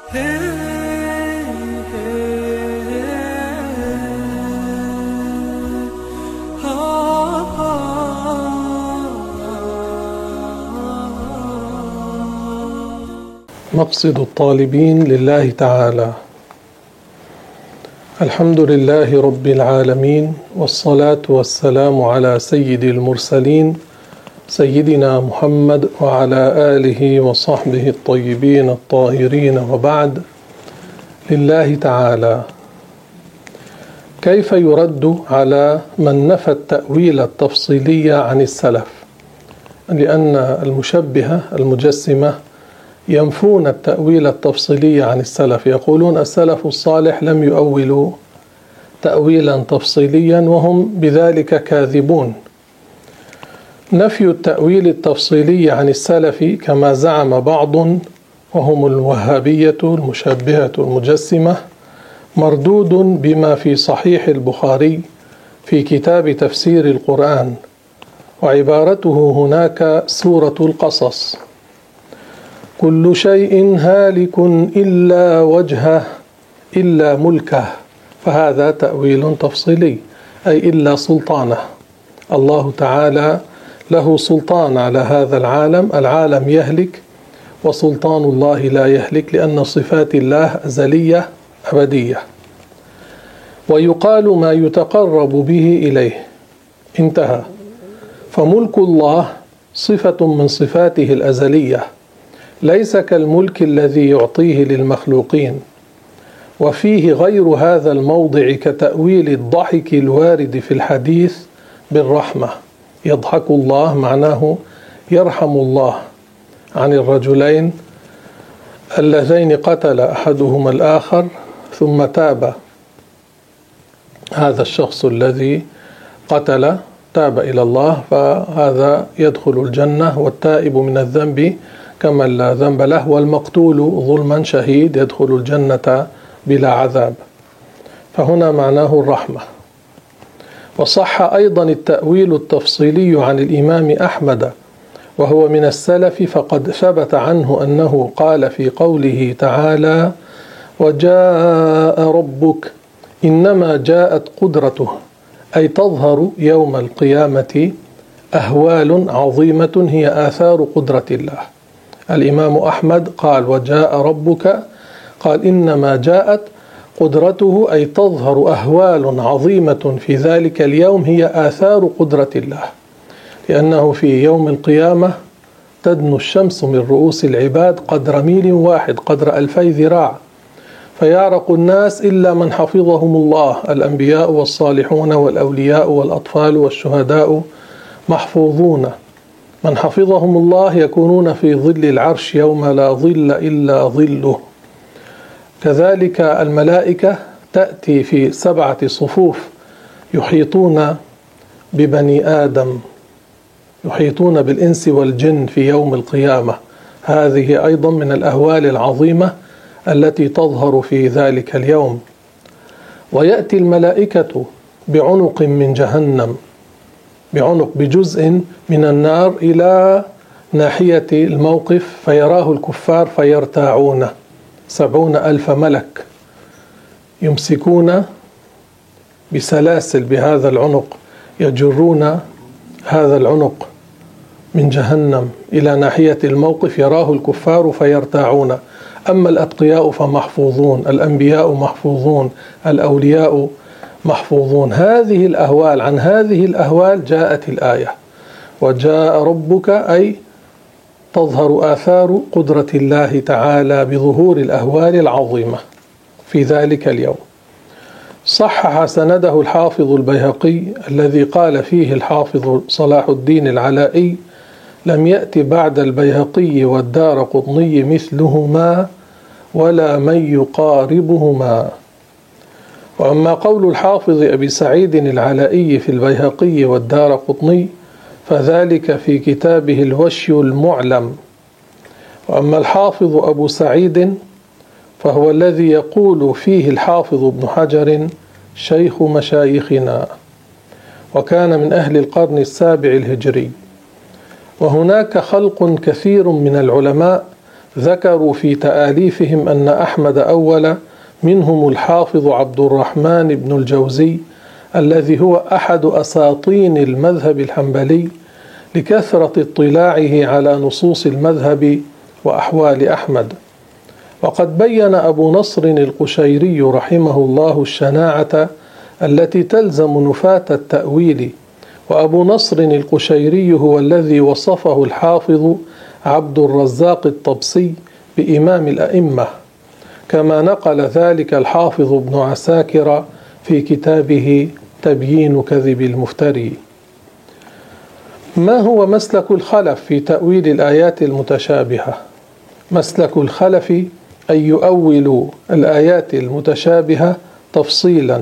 مقصد الطالبين لله تعالى. الحمد لله رب العالمين، والصلاة والسلام على سيد المرسلين سيدنا محمد وعلى آله وصحبه الطيبين الطاهرين، وبعد. لله تعالى. كيف يرد على من نفى التأويل التفصيلي عن السلف؟ لأن المشبهة المجسمة ينفون التأويل التفصيلي عن السلف، يقولون السلف الصالح لم يؤولوا تأويلا تفصيليا، وهم بذلك كاذبون. نفي التأويل التفصيلي عن السلف كما زعم بعض وهم الوهابية المشبهة المجسمة مردود بما في صحيح البخاري في كتاب تفسير القرآن، وعبارته هناك سورة القصص: كل شيء هالك إلا وجهه إلا ملكه. فهذا تأويل تفصيلي، أي إلا سلطانه. الله تعالى له سلطان على هذا العالم، العالم يهلك وسلطان الله لا يهلك، لأن صفات الله أزلية أبدية. ويقال ما يتقرب به إليه، انتهى. فملك الله صفة من صفاته الأزلية، ليس كالملك الذي يعطيه للمخلوقين. وفيه غير هذا الموضع كتأويل الضحك الوارد في الحديث بالرحمة. يضحك الله معناه يرحم الله عن الرجلين اللذين قتل أحدهما الآخر ثم تاب. هذا الشخص الذي قتل تاب إلى الله، فهذا يدخل الجنة، والتائب من الذنب كمن لا ذنب له، والمقتول ظلما شهيد يدخل الجنة بلا عذاب. فهنا معناه الرحمة. وصح أيضا التأويل التفصيلي عن الإمام أحمد وهو من السلف، فقد ثبت عنه أنه قال في قوله تعالى: وجاء ربك، إنما جاءت قدرته، أي تظهر يوم القيامة أهوال عظيمة هي آثار قدرة الله. الإمام أحمد قال وجاء ربك، قال إنما جاءت قدرته، أي تظهر أهوال عظيمة في ذلك اليوم هي آثار قدرة الله، لأنه في يوم القيامة تدنو الشمس من رؤوس العباد قدر ميل واحد، قدر 2000 ذراع، فيعرق الناس إلا من حفظهم الله، الأنبياء والصالحون والأولياء والأطفال والشهداء محفوظون. من حفظهم الله يكونون في ظل العرش يوم لا ظل إلا ظله. كذلك الملائكة تأتي في 7 صفوف يحيطون ببني آدم، يحيطون بالإنس والجن في يوم القيامة. هذه أيضا من الأهوال العظيمة التي تظهر في ذلك اليوم. ويأتي الملائكة بعنق من جهنم، بعنق بجزء من النار إلى ناحية الموقف، فيراه الكفار فيرتاعون. 70,000 ملك يمسكون بسلاسل بهذا العنق، يجرون هذا العنق من جهنم إلى ناحية الموقف، يراه الكفار فيرتاعون. أما الأتقياء فمحفوظون، الأنبياء محفوظون، الأولياء محفوظون. هذه الأهوال، عن هذه الأهوال جاءت الآية وجاء ربك، أي تظهر آثار قدرة الله تعالى بظهور الأهوال العظيمة في ذلك اليوم. صحح سنده الحافظ البيهقي الذي قال فيه الحافظ صلاح الدين العلائي: لم يأت بعد البيهقي والدارقطني مثلهما ولا من يقاربهما. وأما قول الحافظ أبي سعيد العلائي في البيهقي والدارقطني فذلك في كتابه الوشي المعلم. وأما الحافظ أبو سعيد فهو الذي يقول فيه الحافظ ابن حجر شيخ مشايخنا، وكان من أهل القرن 7 الهجري. وهناك خلق كثير من العلماء ذكروا في تآليفهم أن أحمد أول، منهم الحافظ عبد الرحمن بن الجوزي الذي هو أحد أساطين المذهب الحنبلي لكثرة اطلاعه على نصوص المذهب وأحوال أحمد. وقد بين أبو نصر القشيري رحمه الله الشناعة التي تلزم نفاة التأويل، وأبو نصر القشيري هو الذي وصفه الحافظ عبد الرزاق الطبسي بإمام الأئمة، كما نقل ذلك الحافظ ابن عساكر في كتابه تبيين كذب المفتري. ما هو مسلك الخلف في تأويل الآيات المتشابهة؟ مسلك الخلف أن يؤولوا الآيات المتشابهة تفصيلا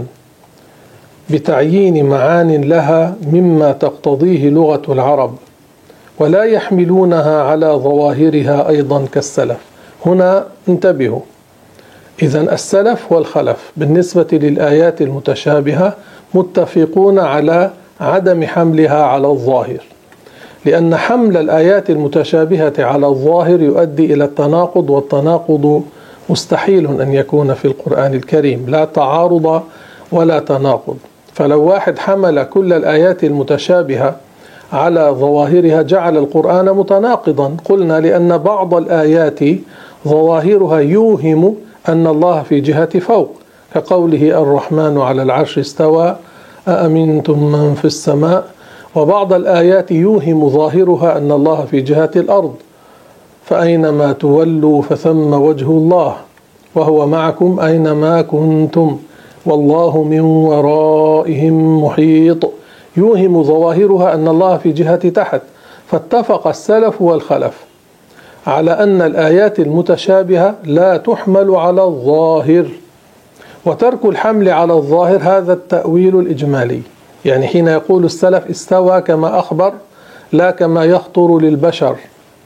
بتعيين معان لها مما تقتضيه لغة العرب، ولا يحملونها على ظواهرها أيضا كالسلف. هنا انتبهوا، إذن السلف والخلف بالنسبة للآيات المتشابهة متفقون على عدم حملها على الظاهر، لأن حمل الآيات المتشابهة على الظاهر يؤدي إلى التناقض، والتناقض مستحيل أن يكون في القرآن الكريم، لا تعارض ولا تناقض. فلو واحد حمل كل الآيات المتشابهة على ظواهرها جعل القرآن متناقضا. قلنا لأن بعض الآيات ظواهرها يوهم أن الله في جهة فوق، كقوله الرحمن على العرش استوى أأمنتم من في السماء، وبعض الآيات يوهم ظاهرها أن الله في جهة الأرض، فأينما تولوا فثم وجه الله وهو معكم أينما كنتم والله من ورائهم محيط، يوهم ظواهرها أن الله في جهة تحت. فاتفق السلف والخلف على أن الآيات المتشابهة لا تحمل على الظاهر، وترك الحمل على الظاهر هذا التأويل الإجمالي. يعني حين يقول السلف استوى كما أخبر لا كما يخطر للبشر،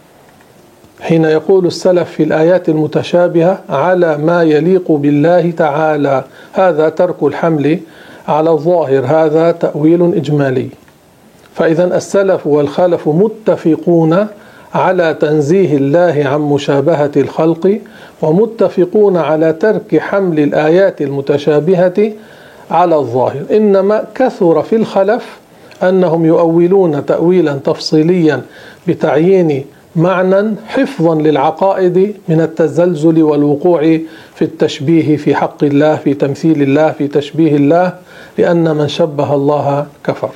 حين يقول السلف في الآيات المتشابهة على ما يليق بالله تعالى، هذا ترك الحمل على الظاهر، هذا تأويل إجمالي. فإذا السلف والخلف متفقون على تنزيه الله عن مشابهة الخلق، ومتفقون على ترك حمل الآيات المتشابهة على الظاهر. إنما كثر في الخلف أنهم يؤولون تأويلا تفصيليا بتعيين معنى حفظا للعقائد من التزلزل والوقوع في التشبيه في حق الله، في تمثيل الله، في تشبيه الله، لأن من شبه الله كفر.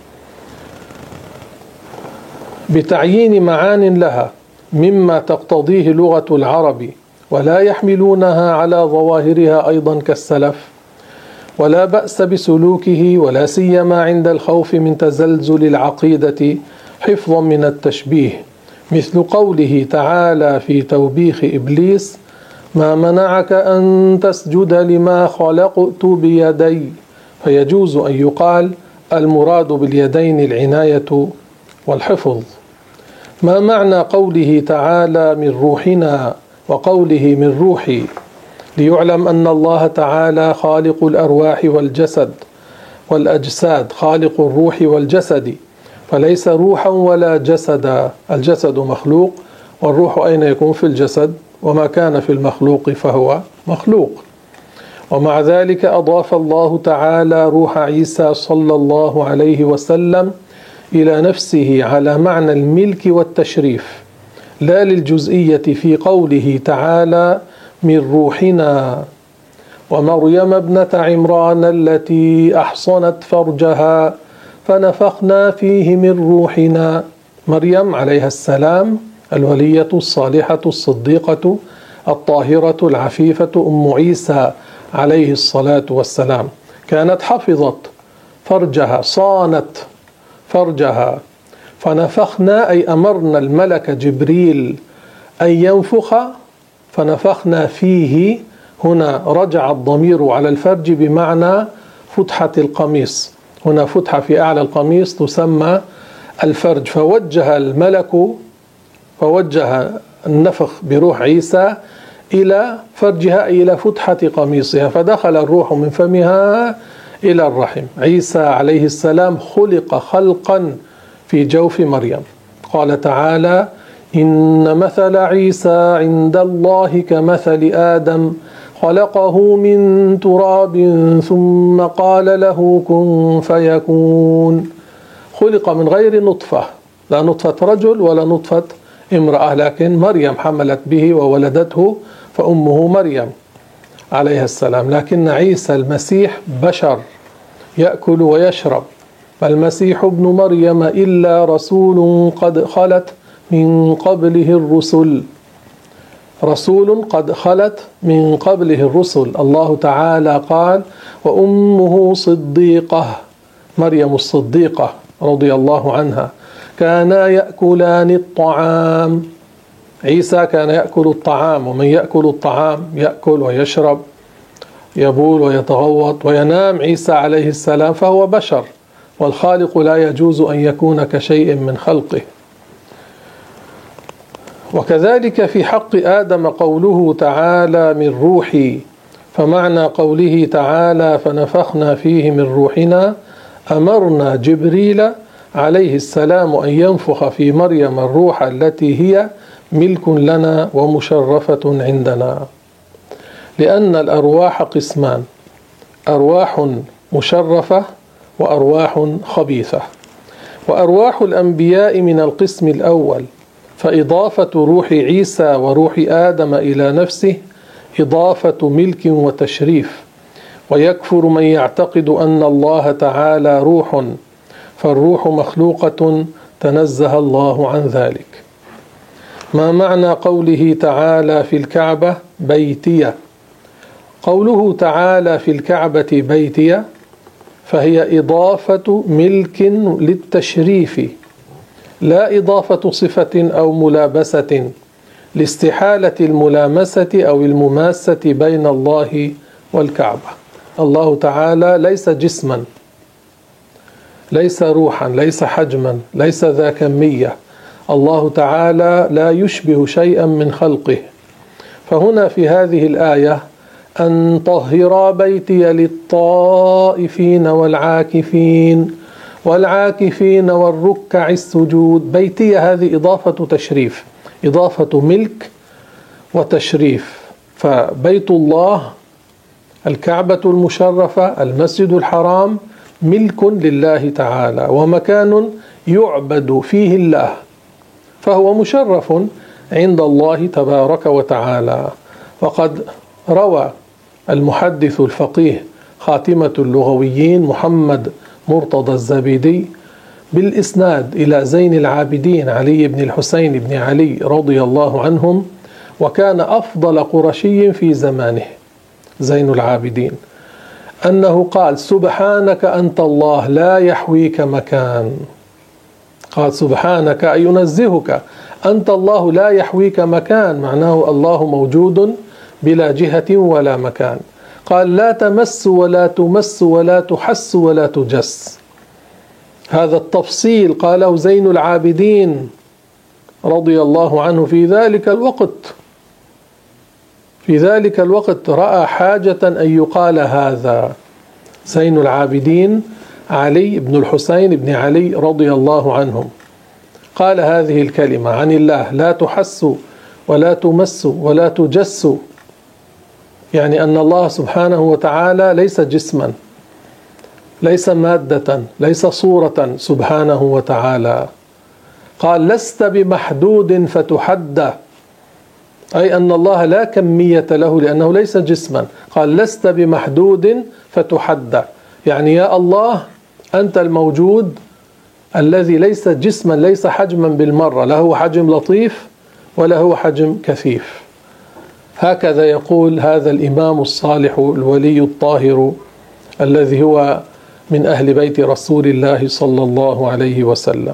بتعيين معان لها مما تقتضيه لغة العرب، ولا يحملونها على ظواهرها أيضا كالسلف، ولا بأس بسلوكه، ولا سيما عند الخوف من تزلزل العقيدة حفظا من التشبيه، مثل قوله تعالى في توبيخ إبليس: ما منعك أن تسجد لما خلقت بيدي. فيجوز أن يقال المراد باليدين العناية والحفظ. ما معنى قوله تعالى من روحنا وقوله من روحي؟ ليعلم أن الله تعالى خالق الأرواح والجسد والأجساد، خالق الروح والجسد، فليس روحا ولا جسدا. الجسد مخلوق، والروح أين يكون؟ في الجسد، وما كان في المخلوق فهو مخلوق. ومع ذلك أضاف الله تعالى روح عيسى صلى الله عليه وسلم إلى نفسه على معنى الملك والتشريف، لا للجزئية في قوله تعالى من روحنا. ومريم ابنة عمران التي أحصنت فرجها فنفخنا فيه من روحنا. مريم عليها السلام الولية الصالحة الصديقة الطاهرة العفيفة أم عيسى عليه الصلاة والسلام، كانت حفظت فرجها، صانت فرجها. فنفخنا أي أمرنا الملك جبريل أن ينفخ، فنفخنا فيه. هنا رجع الضمير على الفرج بمعنى فتحة القميص، هنا فتحة في أعلى القميص تسمى الفرج. فوجه الملك، فوجه النفخ بروح عيسى إلى فرجها، إلى فتحة قميصها، فدخل الروح من فمها إلى الرحم. عيسى عليه السلام خلق خلقا في جوف مريم. قال تعالى: إن مثل عيسى عند الله كمثل آدم خلقه من تراب ثم قال له كن فيكون. خلق من غير نطفة، لا نطفة رجل ولا نطفة امرأة، لكن مريم حملت به وولدته فأمه مريم عليها السلام. لكن عيسى المسيح بشر يأكل ويشرب. فالمسيح ابن مريم إلا رسول قد خلت من قبله الرسل، رسول قد خلت من قبله الرسل. الله تعالى قال وأمه صديقة، مريم الصديقة رضي الله عنها، كانا يأكلان الطعام. عيسى كان يأكل الطعام، ومن يأكل الطعام يأكل ويشرب، يبول ويتغوط وينام. عيسى عليه السلام فهو بشر، والخالق لا يجوز أن يكون كشيء من خلقه. وكذلك في حق آدم قوله تعالى من روحي، فمعنى قوله تعالى فنفخنا فيه من روحنا أمرنا جبريل عليه السلام أن ينفخ في مريم الروح التي هي ملك لنا ومشرفة عندنا. لأن الأرواح قسمان، أرواح مشرفة وأرواح خبيثة. وأرواح الأنبياء من القسم الأول، فإضافة روح عيسى وروح آدم إلى نفسه إضافة ملك وتشريف. ويكفر من يعتقد أن الله تعالى روح، فالروح مخلوقة تنزه الله عن ذلك. ما معنى قوله تعالى في الكعبة بيتي؟ قوله تعالى في الكعبة بيتي فهي إضافة ملك للتشريف، لا إضافة صفة أو ملابسة، لاستحالة الملامسة أو المماسة بين الله والكعبة. الله تعالى ليس جسما، ليس روحا، ليس حجما، ليس ذا كمية. الله تعالى لا يشبه شيئا من خلقه. فهنا في هذه الآية أن طهر بيتي للطائفين والعاكفين والركع السجود. بيتي هذه إضافة تشريف، إضافة ملك وتشريف. فبيت الله الكعبة المشرفة المسجد الحرام ملك لله تعالى، ومكان يعبد فيه الله، فهو مشرف عند الله تبارك وتعالى. وقد روى المحدث الفقيه خاتمة اللغويين محمد مرتضى الزبيدي بالإسناد إلى زين العابدين علي بن الحسين بن علي رضي الله عنهم، وكان أفضل قرشي في زمانه زين العابدين، أنه قال سبحانك أنت الله لا يحويك مكان. قال سبحانك أي ينزهك، أنت الله لا يحويك مكان، معناه الله موجود بلا جهة ولا مكان. قال لا تمس ولا تمس ولا تحس ولا تجس. هذا التفصيل قاله زين العابدين رضي الله عنه في ذلك الوقت رأى حاجة أن يقال هذا. زين العابدين علي بن الحسين بن علي رضي الله عنهم قال هذه الكلمة عن الله: لا تحس ولا تمس ولا تجس، يعني أن الله سبحانه وتعالى ليس جسما، ليس مادة، ليس صورة سبحانه وتعالى. قال لست بمحدود فتحدى، أي أن الله لا كمية له لأنه ليس جسما. قال لست بمحدود فتحدى، يعني يا الله أنت الموجود الذي ليس جسما، ليس حجما بالمرة، له حجم لطيف وله حجم كثيف. هكذا يقول هذا الإمام الصالح الولي الطاهر الذي هو من أهل بيت رسول الله صلى الله عليه وسلم.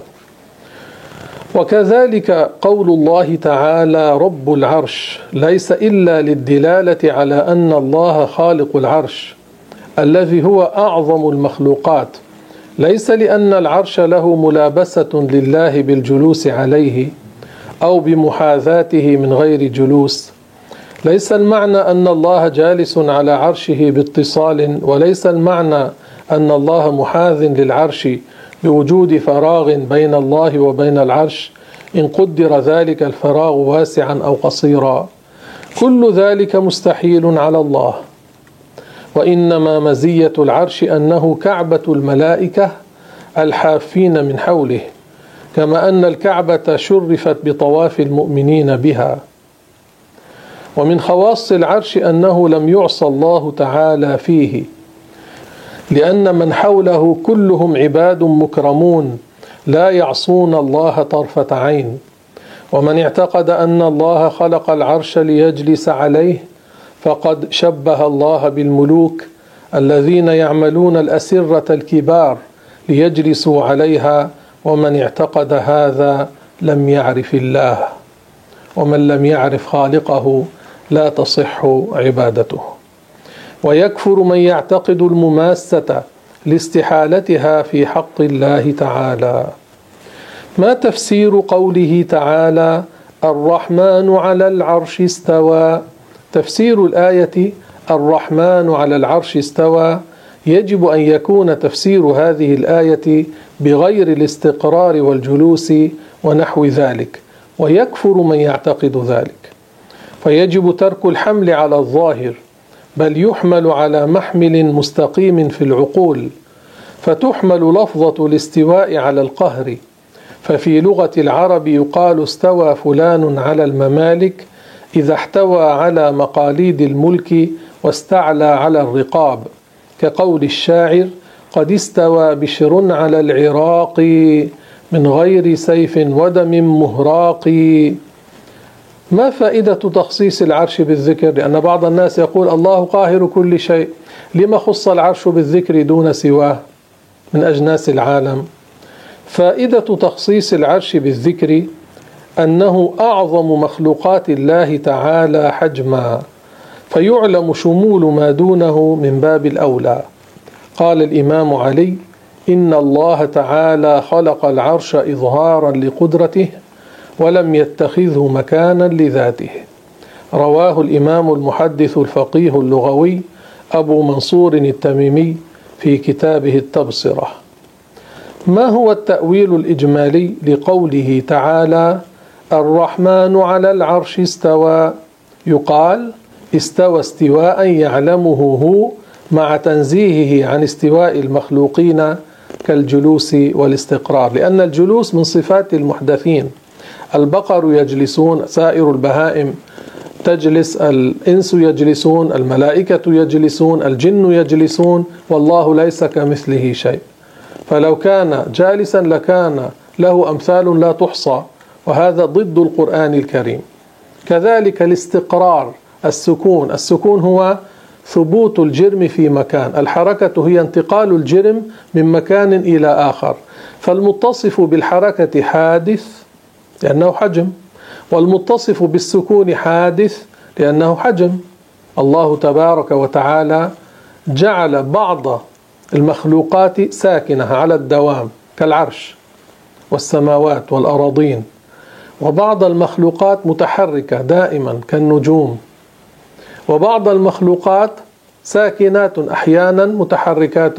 وكذلك قول الله تعالى رب العرش ليس إلا للدلالة على أن الله خالق العرش الذي هو أعظم المخلوقات، ليس لأن العرش له ملابسة لله بالجلوس عليه أو بمحاذاته من غير جلوس. ليس المعنى أن الله جالس على عرشه باتصال، وليس المعنى أن الله محاذ للعرش بوجود فراغ بين الله وبين العرش، إن قدر ذلك الفراغ واسعا أو قصيرا، كل ذلك مستحيل على الله. وإنما مزية العرش أنه كعبة الملائكة الحافين من حوله، كما أن الكعبة شرفت بطواف المؤمنين بها. ومن خواص العرش أنه لم يعصى الله تعالى فيه، لأن من حوله كلهم عباد مكرمون لا يعصون الله طرفة عين. ومن اعتقد أن الله خلق العرش ليجلس عليه فقد شبه الله بالملوك الذين يعملون الأسرة الكبار ليجلسوا عليها، ومن اعتقد هذا لم يعرف الله، ومن لم يعرف خالقه لا تصح عبادته. ويكفر من يعتقد المماسة لاستحالتها في حق الله تعالى. ما تفسير قوله تعالى الرحمن على العرش استوى؟ تفسير الآية الرحمن على العرش استوى يجب أن يكون تفسير هذه الآية بغير الاستقرار والجلوس ونحو ذلك، ويكفر من يعتقد ذلك، فيجب ترك الحمل على الظاهر، بل يحمل على محمل مستقيم في العقول، فتحمل لفظة الاستواء على القهر. ففي لغة العرب يقال استوى فلان على الممالك إذا احتوى على مقاليد الملك واستعلى على الرقاب، كقول الشاعر قد استوى بشر على العراق من غير سيف ودم مهراق. ما فائدة تخصيص العرش بالذكر؟ لأن بعض الناس يقول الله قاهر كل شيء، لما خص العرش بالذكر دون سواه من أجناس العالم؟ فائدة تخصيص العرش بالذكر أنه أعظم مخلوقات الله تعالى حجما، فيعلم شمول ما دونه من باب الأولى. قال الإمام علي إن الله تعالى خلق العرش إظهارا لقدرته ولم يتخذه مكانا لذاته. رواه الإمام المحدث الفقيه اللغوي أبو منصور التميمي في كتابه التبصرة. ما هو التأويل الإجمالي لقوله تعالى الرحمن على العرش استوى؟ يقال استوى استواء يعلمه هو مع تنزيهه عن استواء المخلوقين كالجلوس والاستقرار، لأن الجلوس من صفات المحدثين. البقر يجلسون، سائر البهائم تجلس، الإنس يجلسون، الملائكة يجلسون، الجن يجلسون، والله ليس كمثله شيء. فلو كان جالسا لكان له أمثال لا تحصى، وهذا ضد القرآن الكريم. كذلك الاستقرار، السكون هو ثبوت الجرم في مكان، الحركة هي انتقال الجرم من مكان إلى آخر. فالمتصف بالحركة حادث لأنه حجم، والمتصف بالسكون حادث لأنه حجم. الله تبارك وتعالى جعل بعض المخلوقات ساكنة على الدوام كالعرش والسماوات والأراضين، وبعض المخلوقات متحركة دائما كالنجوم، وبعض المخلوقات ساكنات أحيانا متحركات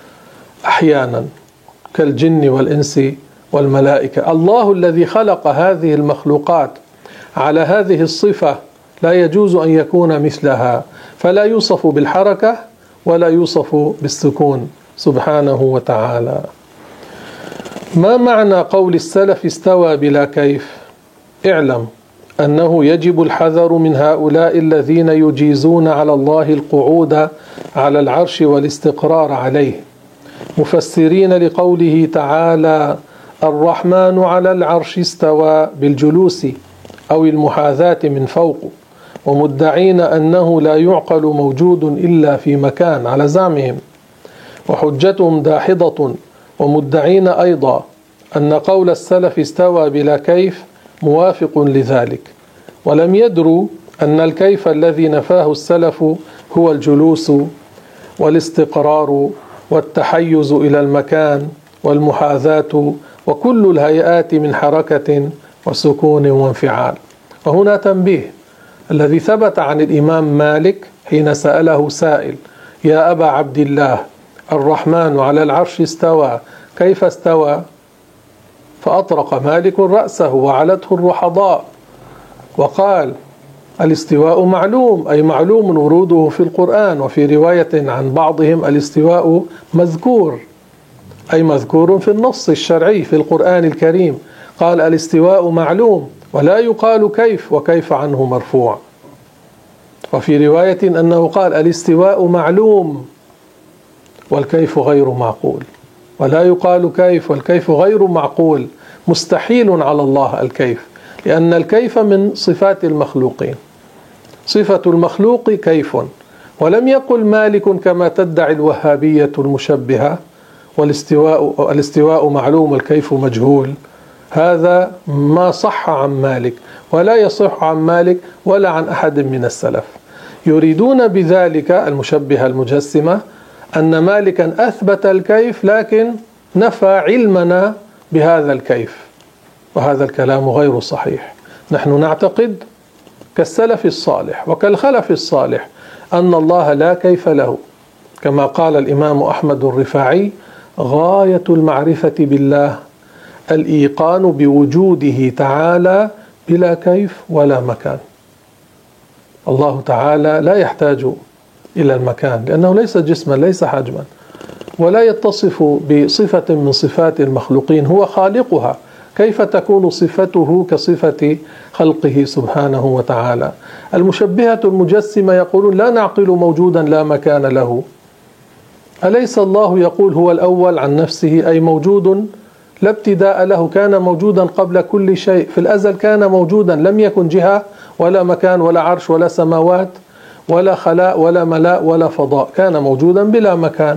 أحيانا كالجن والإنس والملائكة. الله الذي خلق هذه المخلوقات على هذه الصفة لا يجوز أن يكون مثلها، فلا يوصف بالحركة ولا يوصف بالسكون سبحانه وتعالى. ما معنى قول السلف استوى بلا كيف؟ اعلم أنه يجب الحذر من هؤلاء الذين يجيزون على الله القعود على العرش والاستقرار عليه، مفسرين لقوله تعالى الرحمن على العرش استوى بالجلوس أو المحاذاة من فوق، ومدعين أنه لا يعقل موجود إلا في مكان على زعمهم، وحجتهم داحضة، ومدعين أيضا أن قول السلف استوى بلا كيف موافق لذلك، ولم يدروا أن الكيف الذي نفاه السلف هو الجلوس والاستقرار والتحيز إلى المكان والمحاذاة وكل الهيئات من حركة وسكون وانفعال. وهنا تنبيه الذي ثبت عن الإمام مالك حين سأله سائل يا أبا عبد الله الرحمن على العرش استوى كيف استوى؟ فأطرق مالك رأسه وعلته الرحضاء وقال: الاستواء معلوم، أي معلوم وروده في القرآن. وفي رواية عن بعضهم: الاستواء مذكور، أي مذكور في النص الشرعي في القرآن الكريم. قال: الاستواء معلوم ولا يقال كيف، وكيف عنه مرفوع. وفي رواية أنه قال: الاستواء معلوم والكيف غير معقول، ولا يقال كيف، والكيف غير معقول، مستحيل على الله الكيف، لأن الكيف من صفات المخلوقين، صفة المخلوق كيف. ولم يقل مالك كما تدعي الوهابية المشبهة: والاستواء معلوم والكيف مجهول. هذا ما صح عن مالك، ولا يصح عن مالك ولا عن أحد من السلف. يريدون بذلك المشبهة المجسمة أن مالكا أثبت الكيف لكن نفى علمنا بهذا الكيف، وهذا الكلام غير صحيح. نحن نعتقد كالسلف الصالح وكالخلف الصالح أن الله لا كيف له، كما قال الإمام أحمد الرفاعي: غاية المعرفة بالله الإيقان بوجوده تعالى بلا كيف ولا مكان. الله تعالى لا يحتاج إلى المكان، لأنه ليس جسما، ليس حجما، ولا يتصف بصفة من صفات المخلوقين، هو خالقها. كيف تكون صفته كصفة خلقه سبحانه وتعالى؟ المشبهة المجسمة يقولون: لا نعقل موجودا لا مكان له. أليس الله يقول هو الأول عن نفسه، أي موجود لا ابتداء له، كان موجودا قبل كل شيء، في الأزل كان موجودا، لم يكن جهة ولا مكان ولا عرش ولا سماوات ولا خلاء ولا ملاء ولا فضاء، كان موجودا بلا مكان.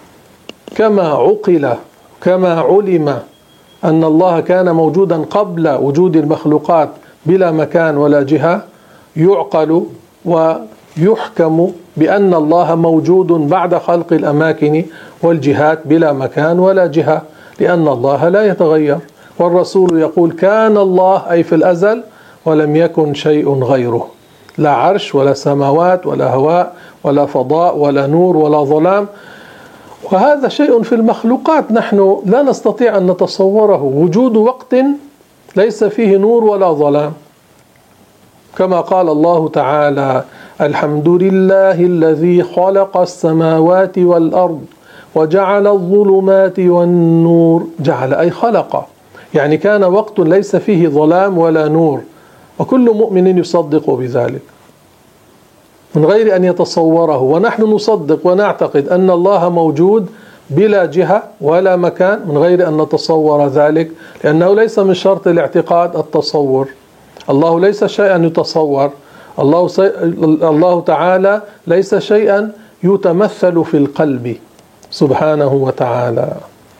كما علم أن الله كان موجودا قبل وجود المخلوقات بلا مكان ولا جهة، يعقل ويحكم بأن الله موجود بعد خلق الأماكن والجهات بلا مكان ولا جهة، لأن الله لا يتغير. والرسول يقول: كان الله، أي في الأزل، ولم يكن شيء غيره، لا عرش ولا سماوات ولا هواء ولا فضاء ولا نور ولا ظلام. وهذا شيء في المخلوقات نحن لا نستطيع أن نتصوره، وجود وقت ليس فيه نور ولا ظلام، كما قال الله تعالى: الحمد لله الذي خلق السماوات والأرض وجعل الظلمات والنور. جعل أي خلق، يعني كان وقت ليس فيه ظلام ولا نور، وكل مؤمن يصدق بذلك من غير أن يتصوره. ونحن نصدق ونعتقد أن الله موجود بلا جهة ولا مكان من غير أن نتصور ذلك، لأنه ليس من شرط الاعتقاد التصور. الله ليس شيئا يتصور، الله تعالى ليس شيئا يتمثل في القلب سبحانه وتعالى.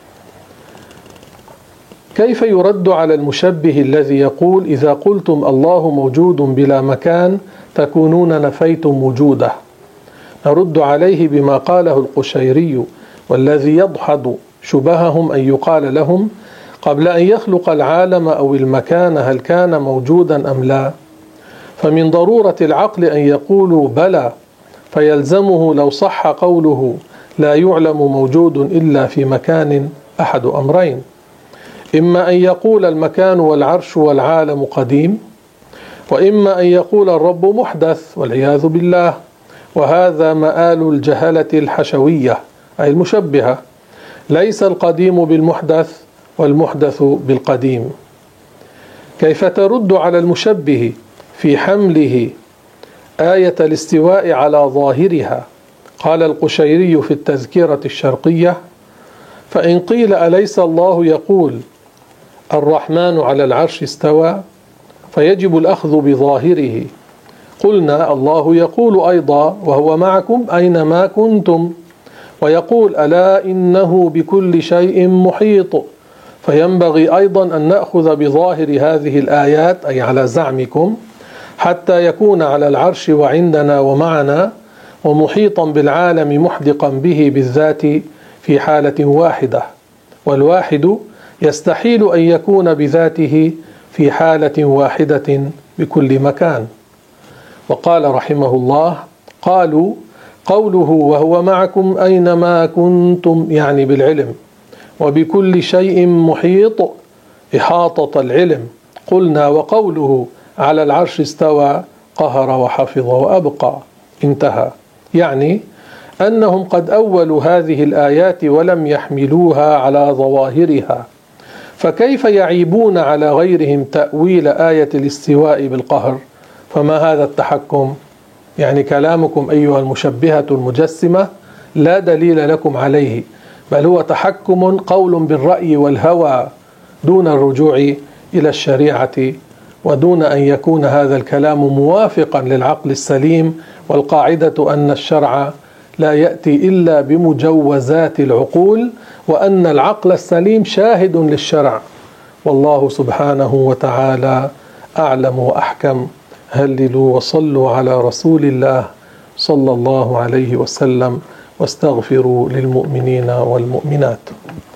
كيف يرد على المشبه الذي يقول: إذا قلتم الله موجود بلا مكان تكونون نفيتم وجوده؟ نرد عليه بما قاله القشيري: والذي يضحض شبههم أن يقال لهم: قبل أن يخلق العالم أو المكان هل كان موجودا أم لا؟ فمن ضرورة العقل أن يقولوا بلى، فيلزمه لو صح قوله لا يعلم موجود إلا في مكان أحد أمرين: إما أن يقول المكان والعرش والعالم قديم، وإما أن يقول الرب محدث والعياذ بالله. وهذا مآل الجهلة الحشوية، أي المشبهة. ليس القديم بالمحدث والمحدث بالقديم. كيف ترد على المشبه في حمله آية الاستواء على ظاهرها؟ قال القشيري في التذكرة الشرقية: فإن قيل أليس الله يقول الرحمن على العرش استوى، فيجب الأخذ بظاهره. قلنا: الله يقول أيضا وهو معكم أينما كنتم، ويقول: ألا إنه بكل شيء محيط. فينبغي أيضا أن نأخذ بظاهر هذه الآيات، أي على زعمكم، حتى يكون على العرش وعندنا ومعنا ومحيطا بالعالم محدقا به بالذات في حالة واحدة، والواحد يستحيل أن يكون بذاته في حالة واحدة بكل مكان. وقال رحمه الله: قالوا قوله وهو معكم أينما كنتم يعني بالعلم، وبكل شيء محيط، إحاطة العلم. قلنا وقوله على العرش استوى قهر وحفظ وأبقى، انتهى. يعني أنهم قد أولوا هذه الآيات ولم يحملوها على ظواهرها، فكيف يعيبون على غيرهم تأويل آية الاستواء بالقهر؟ فما هذا التحكم؟ يعني كلامكم أيها المشبهة المجسمة لا دليل لكم عليه، بل هو تحكم قول بالرأي والهوى دون الرجوع إلى الشريعة، ودون أن يكون هذا الكلام موافقا للعقل السليم. والقاعدة أن الشرع لا يأتي إلا بمجوزات العقول، وأن العقل السليم شاهد للشرع. والله سبحانه وتعالى أعلم وأحكم. هللوا وصلوا على رسول الله صلى الله عليه وسلم، واستغفروا للمؤمنين والمؤمنات.